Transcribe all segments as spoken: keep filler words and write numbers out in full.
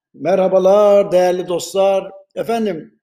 Merhabalar değerli dostlar. Efendim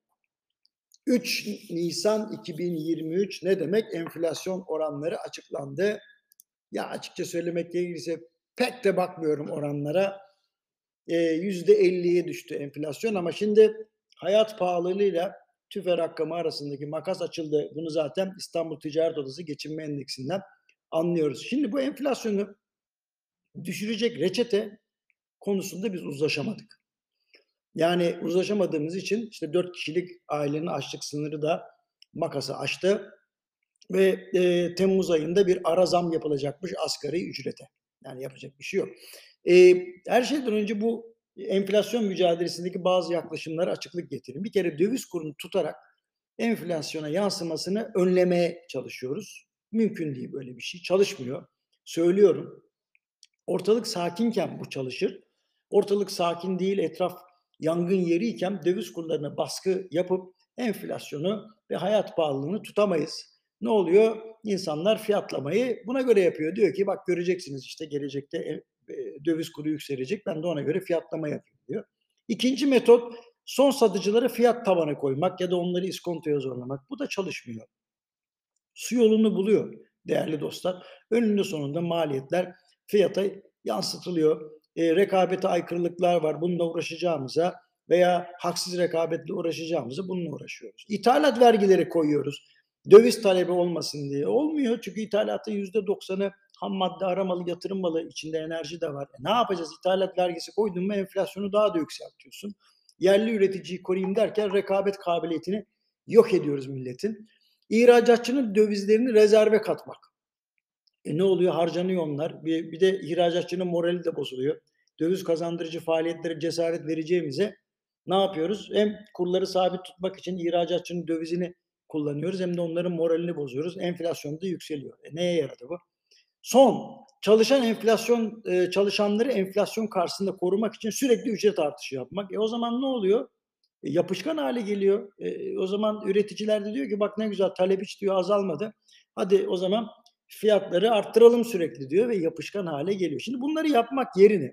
üç Nisan iki bin yirmi üç ne demek? Enflasyon oranları açıklandı. Ya açıkça söylemek gerekirse pek de bakmıyorum oranlara. Eee, yüzde elliye düştü enflasyon ama şimdi hayat pahalılığıyla TÜFE rakamı arasındaki makas açıldı. Bunu zaten İstanbul Ticaret Odası Geçinme Endeksinden anlıyoruz. Şimdi bu enflasyonu düşürecek reçete konusunda biz uzlaşamadık. Yani uzlaşamadığımız için işte dört kişilik ailenin açlık sınırı da makası aştı ve, eee, temmuz ayında bir ara zam yapılacakmış asgari ücrete. Yani yapacak bir şey yok. Eee, her şeyden önce bu enflasyon mücadelesindeki bazı yaklaşımlara açıklık getireyim. Bir kere döviz kurunu tutarak enflasyona yansımasını önlemeye çalışıyoruz. Mümkün değil böyle bir şey. Çalışmıyor. Söylüyorum. Ortalık sakinken bu çalışır. Ortalık sakin değil, etraf yangın yeriyken döviz kurlarına baskı yapıp enflasyonu ve hayat pahalılığını tutamayız. Ne oluyor? İnsanlar fiyatlamayı buna göre yapıyor. Diyor ki bak göreceksiniz işte gelecekte e, e, döviz kuru yükselecek. Ben de ona göre fiyatlama yapayım diyor. İkinci metot son satıcılara fiyat tavanı koymak ya da onları iskontoya zorlamak. Bu da çalışmıyor. Su yolunu buluyor değerli dostlar. Önünde sonunda maliyetler fiyata yansıtılıyor. Eee, rekabete aykırılıklar var. Bununla uğraşacağımıza veya haksız rekabetle uğraşacağımıza bununla uğraşıyoruz. İthalat vergileri koyuyoruz. Döviz talebi olmasın diye. Olmuyor çünkü ithalatın yüzde doksanı ham madde, aramalı, yatırım malı, içinde enerji de var. E ne yapacağız? İthalat vergisi koydun mu enflasyonu daha da yükseltiyorsun. Yerli üreticiyi koruyayım derken rekabet kabiliyetini yok ediyoruz milletin. İhracatçının dövizlerini rezerve katmak. E ne oluyor? Harcanıyor onlar. Bir, bir de ihracatçının morali de bozuluyor. Döviz kazandırıcı faaliyetlere cesaret vereceğimize ne yapıyoruz? Hem kurları sabit tutmak için ihracatçının dövizini kullanıyoruz hem de onların moralini bozuyoruz. Enflasyon da yükseliyor. E neye yaradı bu? Son, çalışan enflasyon e, çalışanları enflasyon karşısında korumak için sürekli ücret artışı yapmak. E o zaman ne oluyor? E, yapışkan hale geliyor. E, o zaman üreticiler de diyor ki bak ne güzel talep hiç diyor azalmadı. Hadi o zaman fiyatları arttıralım sürekli diyor ve yapışkan hale geliyor. Şimdi bunları yapmak yerine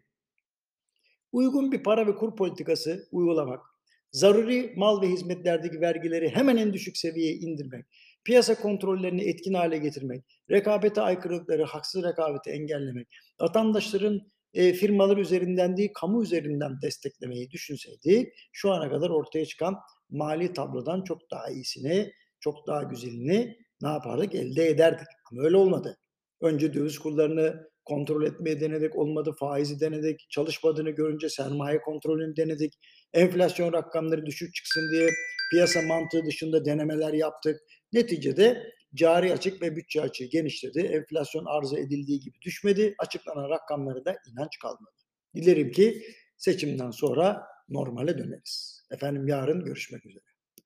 uygun bir para ve kur politikası uygulamak, zaruri mal ve hizmetlerdeki vergileri hemen en düşük seviyeye indirmek, piyasa kontrollerini etkin hale getirmek, rekabete aykırılıkları, haksız rekabeti engellemek, vatandaşların e, firmalar üzerinden değil kamu üzerinden desteklemeyi düşünseydik şu ana kadar ortaya çıkan mali tablodan çok daha iyisini, çok daha güzelini ne yapardık? Elde ederdik. Ama öyle olmadı. Önce döviz kurlarını kontrol etmeye denedik, olmadı. Faizi denedik, çalışmadığını görünce sermaye kontrolünü denedik. Enflasyon rakamları düşük çıksın diye piyasa mantığı dışında denemeler yaptık. Neticede cari açık ve bütçe açığı genişledi. Enflasyon arzu edildiği gibi düşmedi. Açıklanan rakamlara da inanç kalmadı. Dilerim ki seçimden sonra normale döneriz. Efendim yarın görüşmek üzere.